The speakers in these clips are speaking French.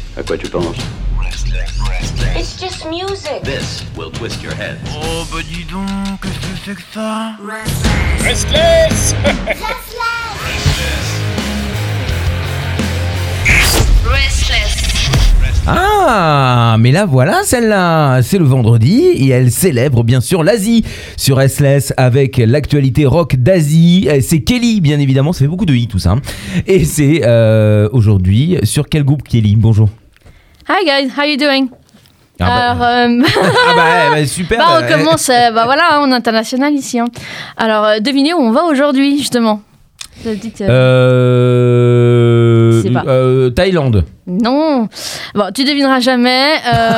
À quoi tu penses? It's just music. This will twist your head. Oh bah dis donc, qu'est-ce que c'est que ça? Restless. Ah, mais là voilà celle-là, c'est le vendredi et elle célèbre bien sûr l'Asie sur Restless avec l'actualité rock d'Asie. C'est Kelly bien évidemment, ça fait beaucoup de i tout ça. Et c'est aujourd'hui sur quel groupe Kelly? Bonjour. Hi guys, how you doing? Ah bah, Alors, bah, super. on commence, voilà, on est international ici. Hein. Alors, devinez où on va aujourd'hui, justement. Dites, je sais pas. Thaïlande. Non, bon, tu devineras jamais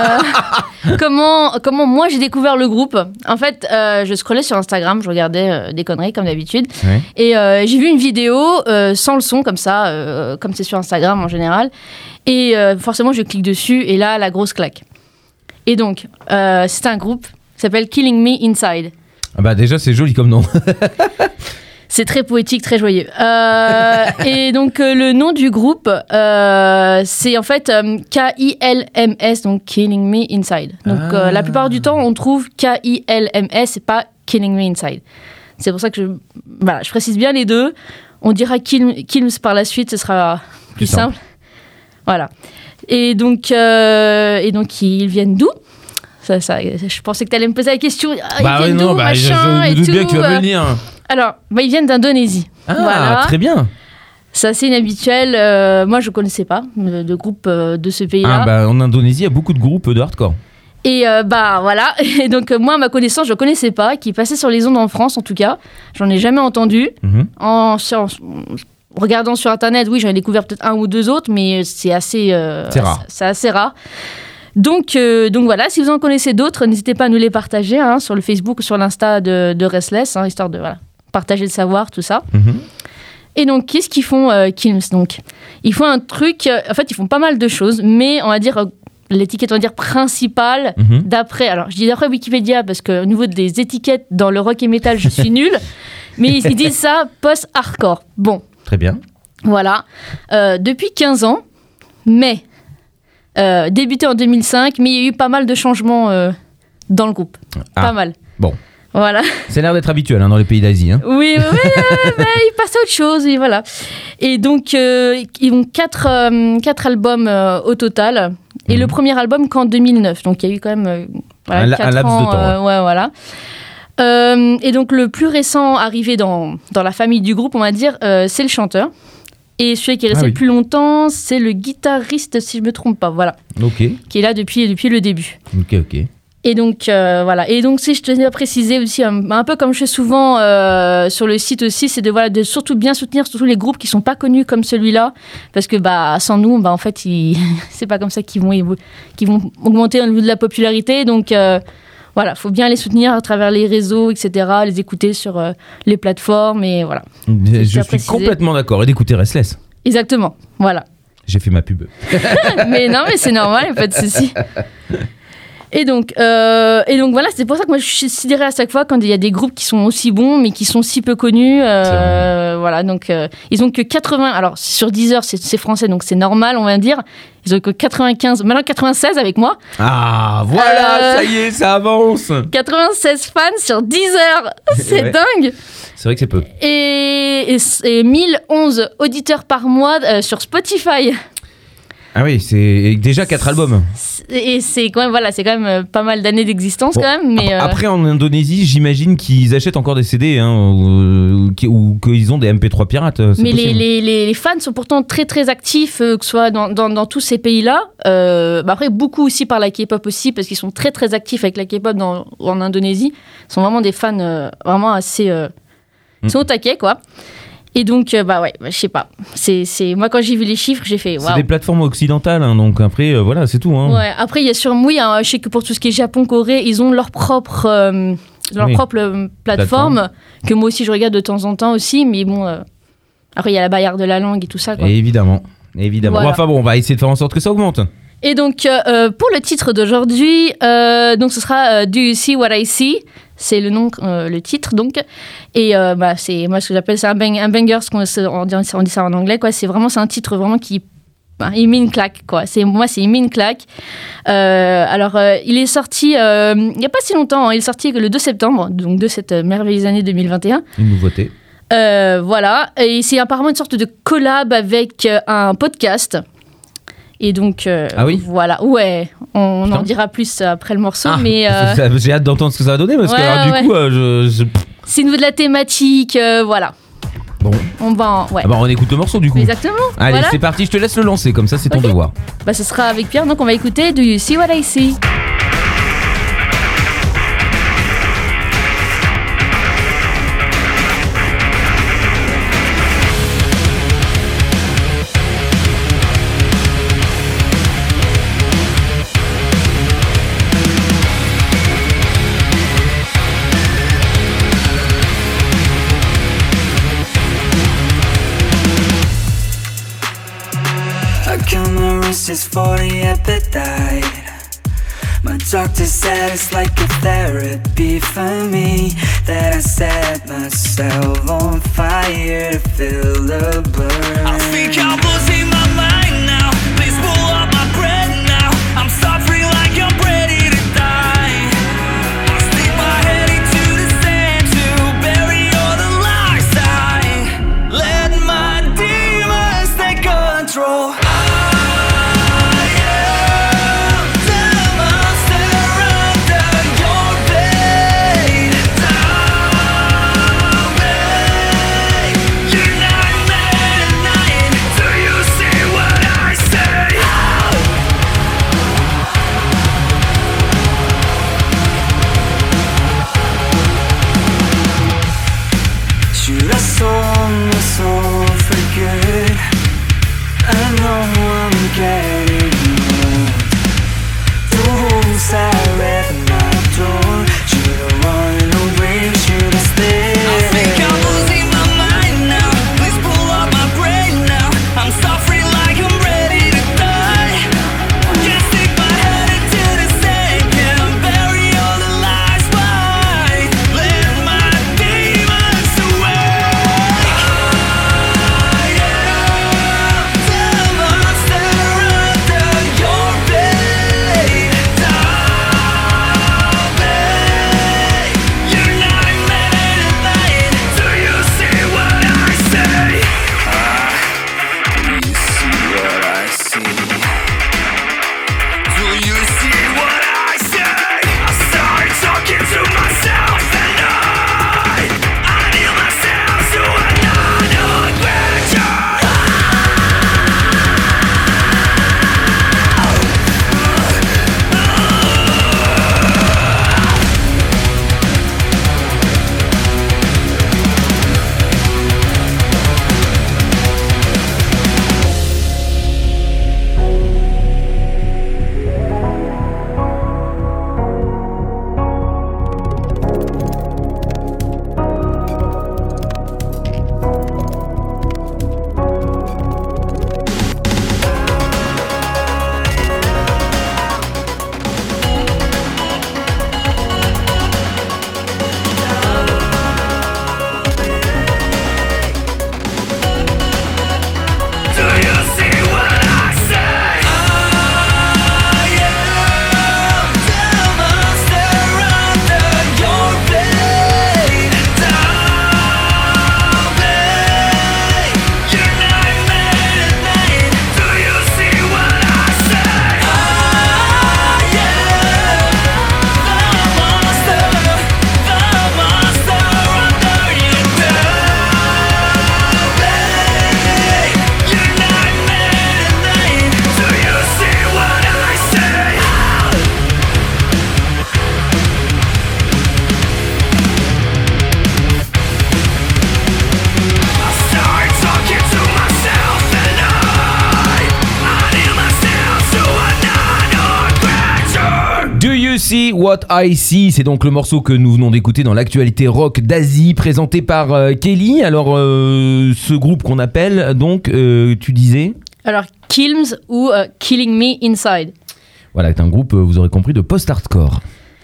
comment moi j'ai découvert le groupe. En fait, je scrollais sur Instagram, je regardais des conneries comme d'habitude, Ouais. et j'ai vu une vidéo sans le son comme ça, comme c'est sur Instagram en général, et forcément je clique dessus et là la grosse claque. Et donc c'est un groupe qui s'appelle Killing Me Inside. Ah bah déjà c'est joli comme nom. C'est très poétique, très joyeux. Et donc, le nom du groupe, c'est en fait K-I-L-M-S, donc Killing Me Inside. Donc, la plupart du temps, on trouve K-I-L-M-S et pas Killing Me Inside. C'est pour ça que je précise bien les deux. On dira Kills par la suite, ce sera plus simple. Voilà. Et donc ils viennent d'où ? Ça, je pensais que tu allais me poser la question. Ils viennent d'où, machin, je et me doute tout. bien que tu vas venir. Alors, ils viennent d'Indonésie. Ah, voilà. très bien. C'est assez inhabituel. Moi, je ne connaissais pas de groupe de ce pays-là. Ah, bah, en Indonésie, il y a beaucoup de groupes de hardcore. Et voilà. Et donc, moi, à ma connaissance, je ne connaissais pas, qui passait sur les ondes en France, en tout cas. J'en ai jamais entendu. Mm-hmm. En regardant sur Internet, oui, j'en ai découvert peut-être un ou deux autres, mais c'est assez... C'est rare. C'est assez rare. Donc voilà, si vous en connaissez d'autres, n'hésitez pas à nous les partager sur le Facebook ou sur l'Insta de Restless, histoire de partager le savoir, tout ça. Mm-hmm. Et donc, qu'est-ce qu'ils font, Kilms, donc ? Ils font un truc... en fait, ils font pas mal de choses, mais on va dire... l'étiquette, on va dire, principale, d'après... Alors, je dis d'après Wikipédia, parce qu'au niveau des étiquettes dans le rock et metal, je suis nulle. Mais ils disent ça, post-hardcore. Bon. Très bien. Voilà. Depuis 15 ans, mais... débuté en 2005, mais il y a eu pas mal de changements dans le groupe. Pas mal. Bon. Voilà. Ça a l'air d'être habituel dans les pays d'Asie. Oui, ils passent à autre chose, et voilà. Et donc, ils ont 4 albums au total. Et le premier album qu'en 2009. Donc, il y a eu quand même un laps de temps. Ouais, voilà. Et donc, le plus récent arrivé dans la famille du groupe, on va dire, c'est le chanteur. Et celui qui est resté le plus longtemps, c'est le guitariste, si je ne me trompe pas, voilà. Ok. Qui est là depuis le début. Ok. Et donc, voilà. Et donc, si je tenais à préciser aussi, un peu comme je fais souvent sur le site aussi, c'est de surtout bien soutenir surtout les groupes qui ne sont pas connus comme celui-là. Parce que sans nous, en fait, c'est pas comme ça qu'ils vont augmenter au niveau de la popularité. Donc, voilà, il faut bien les soutenir à travers les réseaux, etc., les écouter sur les plateformes, et voilà. Je suis complètement d'accord. Et d'écouter Restless. Exactement, voilà. J'ai fait ma pub. Mais non, mais c'est normal, il n'y a pas de souci. Et donc voilà, c'est pour ça que moi je suis sidérée à chaque fois quand il y a des groupes qui sont aussi bons, mais qui sont si peu connus. Voilà, donc ils ont que 80. Alors sur Deezer, c'est français, donc c'est normal, on va dire. Ils ont que 95, maintenant 96 avec moi. Ah, voilà, ça y est, ça avance. 96 fans sur Deezer, c'est dingue. C'est vrai que c'est peu. Et 1011 auditeurs par mois sur Spotify. Ah oui, c'est déjà 4 albums. Et c'est quand même pas mal d'années d'existence quand même. Mais Après, en Indonésie, j'imagine qu'ils achètent encore des CD ou qu'ils ont des MP3 pirates. Mais les fans sont pourtant très très actifs, que ce soit dans tous ces pays-là. Après, beaucoup aussi par la K-pop aussi, parce qu'ils sont très très actifs avec la K-pop en Indonésie. Ils sont vraiment des fans vraiment assez... Ils sont au taquet, quoi. Et donc, je sais pas. Moi, quand j'ai vu les chiffres, j'ai fait waouh. C'est des plateformes occidentales, donc après, voilà, c'est tout. Ouais, après, il y a sûrement, je sais que pour tout ce qui est Japon, Corée, ils ont leur propre plateforme, que moi aussi je regarde de temps en temps aussi, mais bon, après, il y a la barrière de la langue et tout ça, quoi. Et évidemment. Voilà. Enfin bon, on va essayer de faire en sorte que ça augmente. Et donc, pour le titre d'aujourd'hui, donc ce sera Do You See What I See ? C'est le nom, le titre, donc. Et c'est moi ce que j'appelle, c'est un banger, on dit ça en anglais, quoi. C'est un titre vraiment qui il met une claque, quoi. Il met une claque. Il est sorti il n'y a pas si longtemps. Il est sorti le 2 septembre, donc de cette merveilleuse année 2021. Une nouveauté. Voilà. Et c'est apparemment une sorte de collab avec un podcast. Et donc, ah oui voilà. Ouais, on en dira plus après le morceau. Mais j'ai hâte d'entendre ce que ça va donner parce que c'est une de la thématique, voilà. Bon. On écoute le morceau du coup. Exactement. Allez, c'est parti, je te laisse le lancer, comme ça c'est ton devoir. Ce sera avec Pierre, donc on va écouter Do You See What I See? Is for the appetite. My doctor said it's like a therapy for me, that I set myself on fire to feel the burn. I think I'm losing my mind now. Please pull up my breath now. I'm suffering like I'm ready to die. I stick my head into the sand to bury all the lies I let my demons take control. See What I See, c'est donc le morceau que nous venons d'écouter dans l'actualité rock d'Asie, présenté par Kelly. Alors, ce groupe qu'on appelle, donc, tu disais ? Alors, Kilms ou Killing Me Inside. Voilà, c'est un groupe, vous aurez compris, de post-hardcore.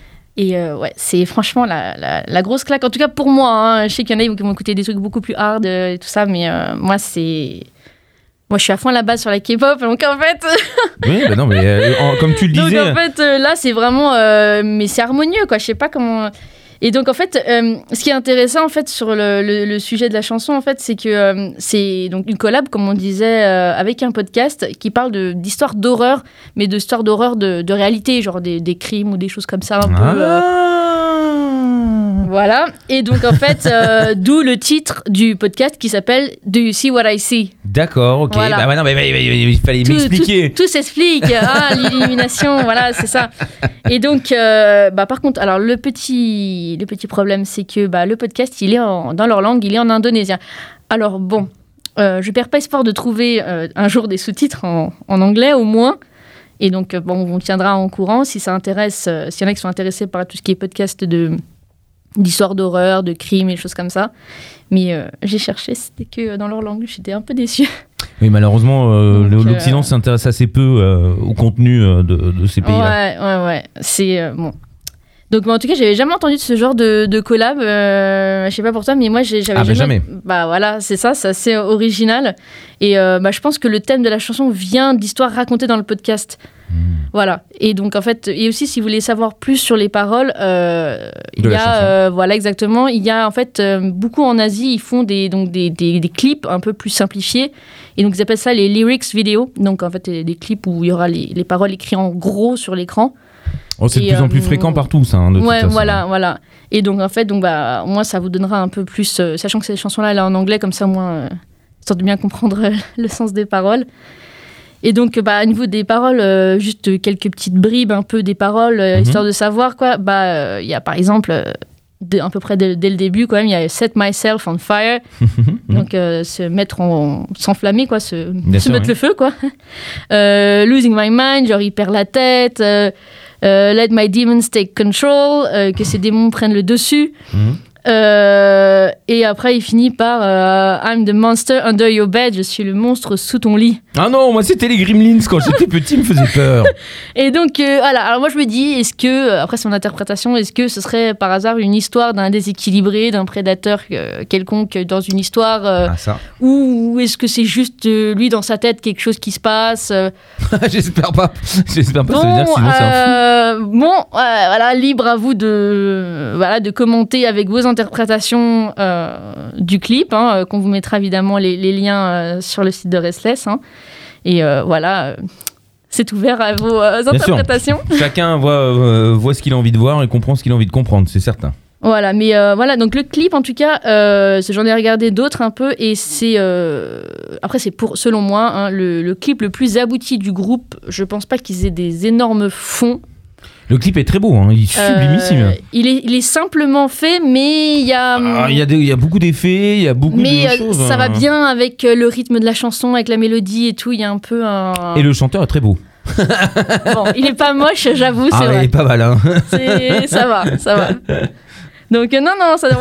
Et ouais, c'est franchement la grosse claque. En tout cas, pour moi, hein, je sais qu'il y en a qui vont écouter des trucs beaucoup plus hard et tout ça, mais moi, c'est Moi, je suis à fond à la base sur la K-pop, donc en fait... Oui, bah non, mais comme tu le disais... Donc en fait, là, c'est vraiment... mais c'est harmonieux, quoi. Je sais pas comment... Et donc en fait, ce qui est intéressant en fait sur le sujet de la chanson, en fait, c'est que c'est donc une collab, comme on disait, avec un podcast qui parle d'histoires d'horreur, mais d'histoires d'horreur de réalité, genre des crimes ou des choses comme ça, un peu... Voilà. Et donc en fait, d'où le titre du podcast qui s'appelle Do You See What I See? D'accord, ok. Voilà. Bah non, mais il fallait m'expliquer. Tout s'explique. L'illumination, voilà, c'est ça. Et donc, par contre, alors le petit problème, c'est que le podcast, il est dans leur langue, il est en indonésien. Alors bon, je perds pas espoir de trouver un jour des sous-titres en anglais au moins. Et donc, on tiendra en courant si ça intéresse, s'il y en a qui sont intéressés par tout ce qui est podcast d'histoires d'horreur, de crimes et des choses comme ça. Mais j'ai cherché, c'était que dans leur langue. J'étais un peu déçue. Oui, malheureusement, l'Occident s'intéresse assez peu au contenu de ces pays-là. Ouais. C'est bon. Donc, en tout cas, j'avais jamais entendu de ce genre de collab. Je sais pas pour toi, mais moi, j'avais jamais. Bah voilà, c'est ça, c'est assez original. Et je pense que le thème de la chanson vient d'histoires racontées dans le podcast. Voilà. Et donc, en fait, et aussi, si vous voulez savoir plus sur les paroles, il y a, voilà, exactement. Il y a, en fait, beaucoup en Asie, ils font des clips un peu plus simplifiés. Et donc, ils appellent ça les lyrics vidéo. Donc, en fait, des clips où il y aura les paroles écrites en gros sur l'écran. Oh, c'est de plus en plus fréquent partout, ça. De toute façon. Voilà. Et donc, en fait, au moins, ça vous donnera un peu plus, sachant que ces chansons-là, elle est en anglais, comme ça, au moins, histoire de bien comprendre le sens des paroles. Et donc, au niveau des paroles, juste quelques petites bribes un peu des paroles, histoire de savoir, quoi. Il y a, par exemple, à peu près dès le début, quand même, il y a « Set myself on fire ». Donc, se mettre s'enflammer, quoi, se mettre le feu, quoi. « Losing my mind », genre, il perd la tête. Let my demons take control, que ces démons prennent le dessus. Et après, il finit par I'm the monster under your bed, je suis le monstre sous ton lit. Ah non, moi c'était les Gremlins quand j'étais petit, ils me faisaient peur. Et donc, voilà, alors moi je me dis, est-ce que, après son interprétation, est-ce que ce serait par hasard une histoire d'un déséquilibré, d'un prédateur quelconque dans une histoire ou est-ce que c'est juste lui dans sa tête quelque chose qui se passe J'espère pas, ça veut dire sinon c'est un fou. Voilà, libre à vous de commenter avec vos interprétations du clip, qu'on vous mettra évidemment les liens sur le site de Restless. Et voilà, c'est ouvert à vos interprétations. Chacun voit ce qu'il a envie de voir et comprend ce qu'il a envie de comprendre, c'est certain. Voilà, mais voilà, donc le clip en tout cas, j'en ai regardé d'autres un peu et c'est après c'est selon moi le clip le plus abouti du groupe. Je pense pas qu'ils aient des énormes fonds. Le clip est très beau, il est sublimissime. Il est simplement fait, mais il y a... Il y a beaucoup d'effets, il y a beaucoup de choses. Mais ça va bien avec le rythme de la chanson, avec la mélodie et tout. Il y a un peu un... Et le chanteur est très beau. Bon, il est pas moche, j'avoue, c'est vrai. Il est pas mal, Ça va. Donc non,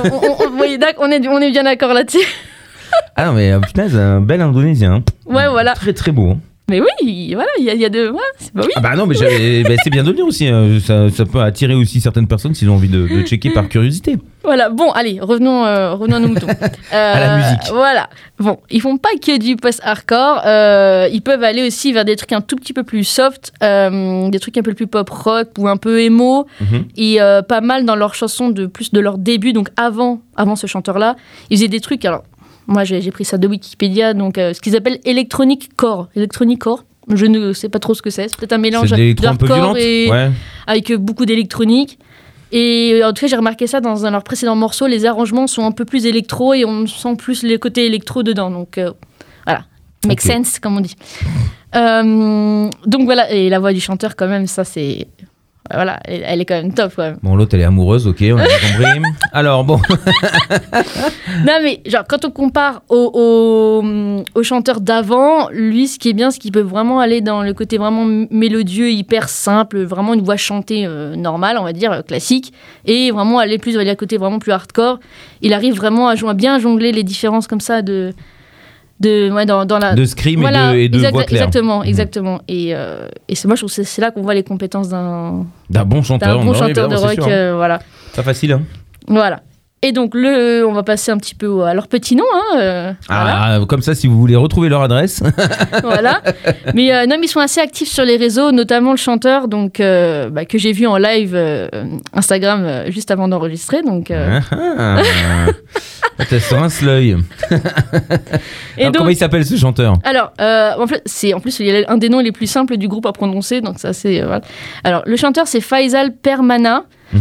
on est bien d'accord là-dessus. Ah non, mais putain, c'est un bel indonésien. Ouais, voilà. Très très beau. Mais oui, voilà, il y a de... Ouais, oui. Ah bah non, mais c'est bien de le dire aussi. Ça peut attirer aussi certaines personnes s'ils ont envie de checker par curiosité. Voilà, bon, allez, revenons à nos moutons. À la musique. Voilà. Bon, ils font pas que du post-hardcore. Ils peuvent aller aussi vers des trucs un tout petit peu plus soft, des trucs un peu plus pop-rock ou un peu emo. Et pas mal dans leurs chansons de leur début, donc avant ce chanteur-là. Ils faisaient des trucs... Alors, moi, j'ai pris ça de Wikipédia, donc ce qu'ils appellent electronic core. Electronic core, je ne sais pas trop ce que c'est. C'est peut-être un mélange d'hardcore et avec beaucoup d'électronique. Et en tout cas, j'ai remarqué ça dans leurs précédents morceaux. Les arrangements sont un peu plus électro et on sent plus les côtés électro dedans. Donc voilà, make sense, comme on dit. Donc voilà, et la voix du chanteur, quand même, ça c'est... Voilà, elle est quand même top, quand même. Bon, l'autre, elle est amoureuse, ok, on a compris. Alors, bon. Non, mais genre, quand on compare au chanteur d'avant, lui, ce qui est bien, c'est qu'il peut vraiment aller dans le côté vraiment mélodieux, hyper simple, vraiment une voix chantée normale, on va dire, classique, et vraiment aller plus vers le côté vraiment plus hardcore. Il arrive vraiment à bien jongler les différences comme ça dans la... De scream et de voix claire. Exactement. Et moi, je trouve que c'est là qu'on voit les compétences d'un bon chanteur, de rock. Voilà. Pas facile, Voilà. Et donc, on va passer un petit peu à leur petit nom. Voilà. Comme ça, si vous voulez retrouver leur adresse. Voilà. Mais non, mais ils sont assez actifs sur les réseaux, notamment le chanteur, donc que j'ai vu en live Instagram juste avant d'enregistrer. Donc. T'as sur un l'œil. Alors, comment il s'appelle ce chanteur? Alors, en plus, il y a un des noms les plus simples du groupe à prononcer, donc ça c'est. Voilà. Alors, le chanteur c'est Faisal Permana.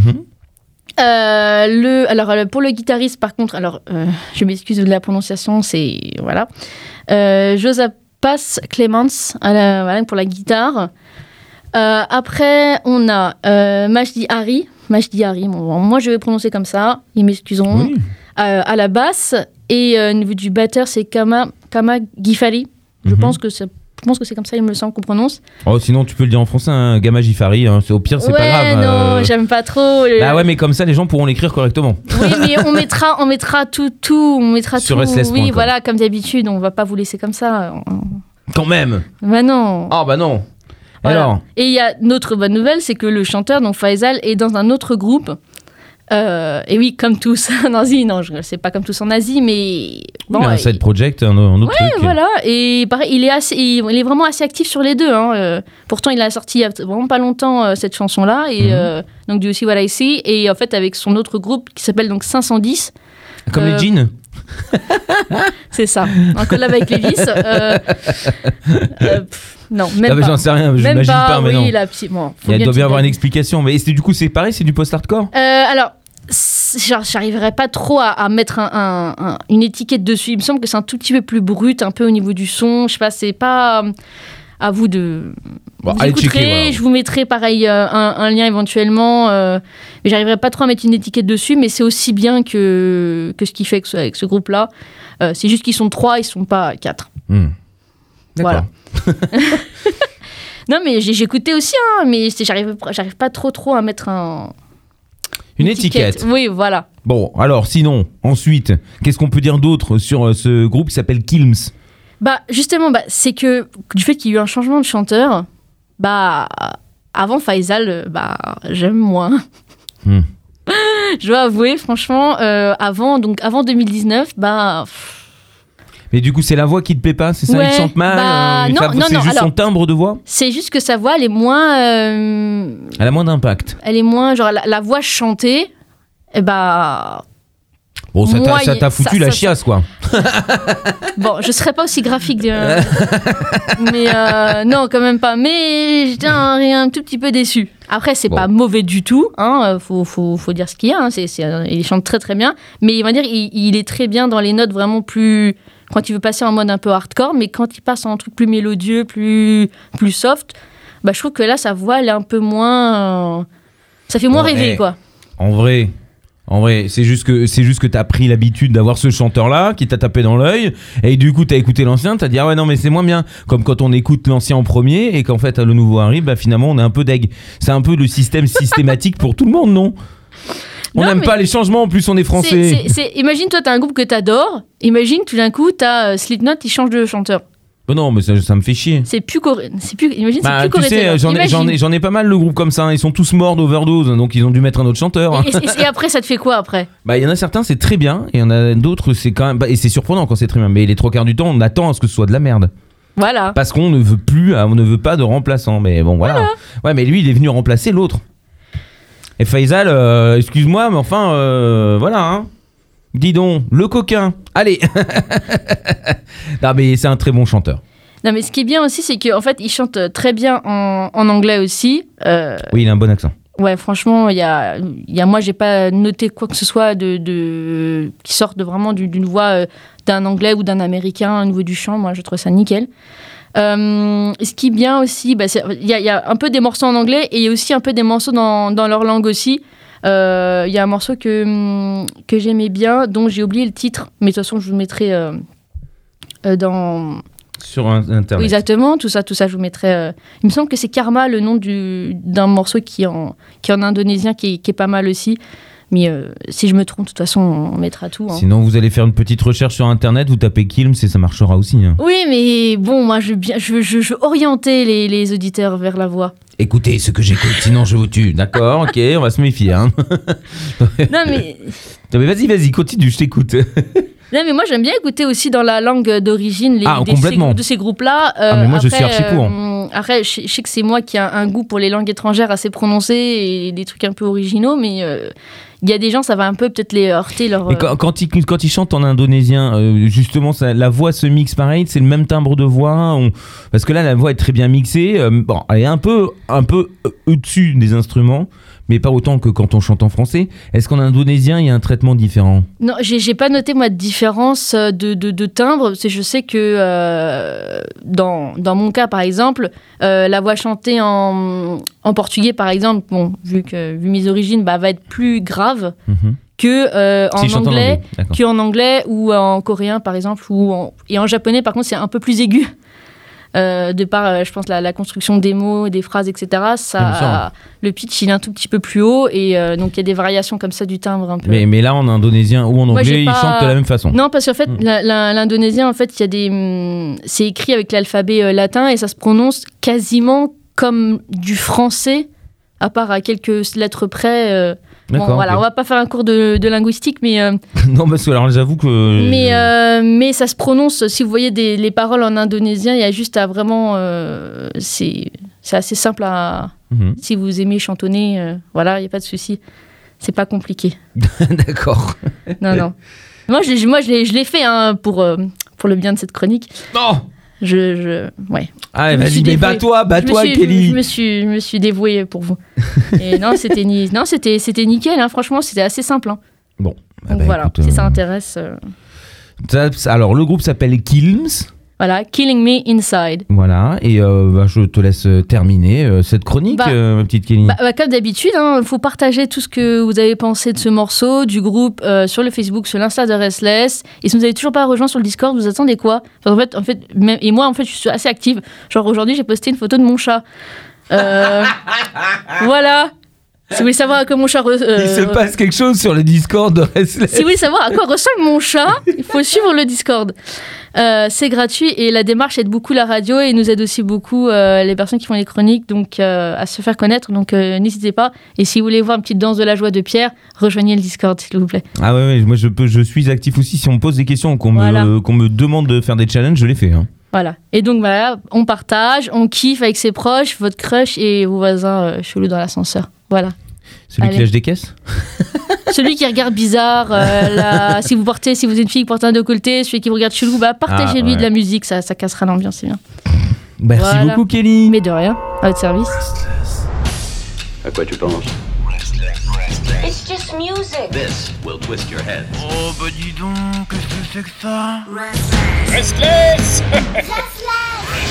Alors pour le guitariste par contre, je m'excuse de la prononciation, c'est voilà. Josapas Clements voilà, pour la guitare. Après on a Majdi Hari, moi je vais prononcer comme ça, ils m'excuseront. Oui. À la basse et au niveau du batteur c'est Kama Gifari. Je pense que c'est comme ça, il me semble qu'on prononce. Oh, sinon, tu peux le dire en français, hein, Gama Gifari. Hein, au pire, c'est pas grave. Non, j'aime pas trop. Bah ouais, mais comme ça, les gens pourront l'écrire correctement. Oui, mais on mettra tout. Sur SLS. Oui, voilà, comme d'habitude, on va pas vous laisser comme ça. Quand même. Bah non. Ah bah non. Voilà. Alors. Et il y a une autre bonne nouvelle, c'est que le chanteur, donc Faisal, est dans un autre groupe. Et oui, comme tous en Asie, non, c'est pas comme tous en Asie, mais bon, un side project, un autre truc. Voilà. Et pareil, il est vraiment assez actif sur les deux. Hein. Pourtant, il a sorti il y a vraiment pas longtemps cette chanson-là, et donc du aussi What I See, et en fait avec son autre groupe qui s'appelle donc 510. Comme les jeans. C'est ça, un collab avec Levis. Non, même pas. J'en sais rien, j'imagine pas, mais oui, non. Bon, il doit bien avoir une explication. Mais du coup, c'est pareil, c'est du post-hardcore. Alors, j'arriverais pas trop à mettre une étiquette dessus. Il me semble que c'est un tout petit peu plus brut, un peu au niveau du son. Je sais pas, c'est pas à vous de. Vous écouterez, checker, voilà. Je vous mettrai pareil un lien éventuellement. Mais j'arriverai pas trop à mettre une étiquette dessus, mais c'est aussi bien que ce qu'il fait avec ce groupe-là. C'est juste qu'ils sont 3, ils sont pas 4. D'accord. Voilà. Non, mais j'écoutais aussi, hein, mais j'arrive pas trop à mettre une étiquette. Oui, voilà. Bon, alors sinon, ensuite, qu'est-ce qu'on peut dire d'autre sur ce groupe qui s'appelle Kilms? Bah justement, c'est que du fait qu'il y a eu un changement de chanteur, avant Faisal, j'aime moins. Je dois avouer, franchement, avant 2019, Mais du coup, c'est la voix qui te plaît pas, c'est ça? Il chante mal? Non, c'est juste son timbre de voix? C'est juste que sa voix, elle est moins... Elle a moins d'impact. Elle est moins... Genre, la voix chantée, Bon, ça t'a foutu la chiasse, quoi. Bon, je serais pas aussi graphique. Mais non, quand même pas. Mais j'étais un tout petit peu déçu. Après, c'est pas mauvais du tout. Hein, faut dire ce qu'il y a. Hein, il chante très très bien. Mais on va dire, il est très bien dans les notes vraiment plus... Quand il veut passer en mode un peu hardcore, mais quand il passe en un truc plus mélodieux, plus soft, je trouve que là, sa voix, elle est un peu moins... ça fait moins rêver, quoi. En vrai, c'est juste que t'as pris l'habitude d'avoir ce chanteur-là qui t'a tapé dans l'œil, et du coup t'as écouté l'ancien, t'as dit ah ouais non mais c'est moins bien, comme quand on écoute l'ancien en premier et qu'en fait le nouveau arrive, finalement on est un peu deg. C'est un peu le système systématique pour tout le monde, non? On n'aime pas les changements, en plus on est français. Imagine toi t'as un groupe que t'adores, imagine tout d'un coup t'as Slipknot, il change de chanteur. Non, mais ça me fait chier. C'est plus coréen. Imagine, c'est plus coréen. Tu sais, j'en ai pas mal le groupe comme ça. Hein. Ils sont tous morts d'overdose, donc ils ont dû mettre un autre chanteur. Et après, ça te fait quoi après? Il y en a certains, c'est très bien. Et il y en a d'autres, c'est quand même. Et c'est surprenant quand c'est très bien. Mais les 3/4 du temps, on attend à ce que ce soit de la merde. Voilà. Parce qu'on ne veut pas de remplaçant. Mais bon, voilà. Ouais, mais lui, il est venu remplacer l'autre. Et Faisal, excuse-moi, mais enfin, voilà, hein. Dis donc, le coquin. Allez. Non, mais c'est un très bon chanteur. Non, mais ce qui est bien aussi, c'est qu'en fait, il chante très bien en anglais aussi. Oui, il a un bon accent. Ouais, franchement, moi, j'ai pas noté quoi que ce soit qui sorte vraiment d'une voix d'un anglais ou d'un américain au niveau du chant. Moi, je trouve ça nickel. Ce qui est bien aussi, il y a un peu des morceaux en anglais et il y a aussi un peu des morceaux dans leur langue aussi. Il y a un morceau que j'aimais bien, dont j'ai oublié le titre, mais de toute façon je vous le mettrai sur internet. Oui, exactement, tout ça je vous mettrai. Il me semble que c'est Karma, le nom d'un morceau qui est en indonésien, qui est pas mal aussi. Mais si je me trompe, de toute façon, on mettra tout. Hein. Sinon, vous allez faire une petite recherche sur Internet, vous tapez Kilms et ça marchera aussi. Hein. Oui, mais bon, moi, je veux orienter les auditeurs vers la voix. Écoutez ce que j'écoute, sinon je vous tue. D'accord, ok, on va se méfier. Hein. Non, mais Vas-y, continue, je t'écoute. Non, mais moi j'aime bien écouter aussi dans la langue d'origine complètement. de ces groupes-là. Mais moi je suis archi pour. Après, je sais que c'est moi qui ai un goût pour les langues étrangères assez prononcé et des trucs un peu originaux, mais il y a des gens, ça va un peu peut-être les heurter. Et quand ils chantent en indonésien, justement, la voix se mixe pareil, c'est le même timbre de voix. Parce que là, la voix est très bien mixée. Bon, elle est un peu au-dessus des instruments, mais pas autant que quand on chante en français. Est-ce qu'en indonésien, il y a un traitement différent ? Non, j'ai pas noté moi de différence de timbre. Je sais que dans mon cas, par exemple, la voix chantée en portugais, par exemple, bon, vu mes origines, va être plus grave que en anglais ou en coréen, par exemple, et en japonais, par contre, c'est un peu plus aigu. De par, je pense, la construction des mots, des phrases, etc. Le pitch, il est un tout petit peu plus haut. Et donc, il y a des variations comme ça du timbre un peu. Mais là, en indonésien ou en anglais, ils chantent de la même façon. Non, parce qu'en fait, l'indonésien, en fait, c'est écrit avec l'alphabet latin et ça se prononce quasiment comme du français, à part à quelques lettres près. D'accord, bon, voilà, okay. On va pas faire un cours de linguistique, mais... non, parce que alors j'avoue que... Mais ça se prononce, si vous voyez les paroles en indonésien, il y a juste à vraiment... c'est assez simple à... Si vous aimez chantonner, voilà, il n'y a pas de souci. C'est pas compliqué. D'accord. Non. Moi, je l'ai fait pour le bien de cette chronique. Non. Ouais. Ah, vas-y, mais bats-toi, Kelly. Je me suis dévouée pour vous. Et non, c'était nickel, hein, franchement, c'était assez simple. Hein. Bon. Donc voilà, écoute, si ça intéresse. Alors, le groupe s'appelle Kilms. Voilà, Killing Me Inside. Voilà, et je te laisse terminer cette chronique, ma petite Kelly. Comme d'habitude, il faut partager tout ce que vous avez pensé de ce morceau, du groupe, sur le Facebook, sur l'Insta de Restless. Et si vous n'avez toujours pas rejoint sur le Discord, vous attendez quoi ? En fait, et moi, en fait, je suis assez active. Genre, aujourd'hui, j'ai posté une photo de mon chat. Voilà. Si vous voulez savoir à quoi mon chat... Il se passe quelque chose sur le Discord de Restless. Si vous voulez savoir à quoi ressemble mon chat, il faut suivre le Discord. C'est gratuit et la démarche aide beaucoup la radio et nous aide aussi beaucoup les personnes qui font les chroniques donc, à se faire connaître. Donc n'hésitez pas. Et si vous voulez voir une petite danse de la joie de Pierre, rejoignez le Discord s'il vous plaît. Ah ouais, moi je suis actif aussi. Si on me pose des questions, qu'on me demande de faire des challenges, je les fais. Hein. Voilà. Et donc voilà, on partage, on kiffe avec ses proches, votre crush et vos voisins chelous dans l'ascenseur. Voilà. Celui qui lâche des caisses. Celui qui regarde bizarre, si vous êtes une fille qui porte un décolleté, celui qui vous regarde chelou, partagez-lui de la musique, ça cassera l'ambiance, c'est bien. Merci beaucoup Kelly. Mais de rien, à votre service. À quoi tu penses? It's just music. This will twist your head. Oh bah dis donc, qu'est-ce que c'est que ça? Restless. Restless.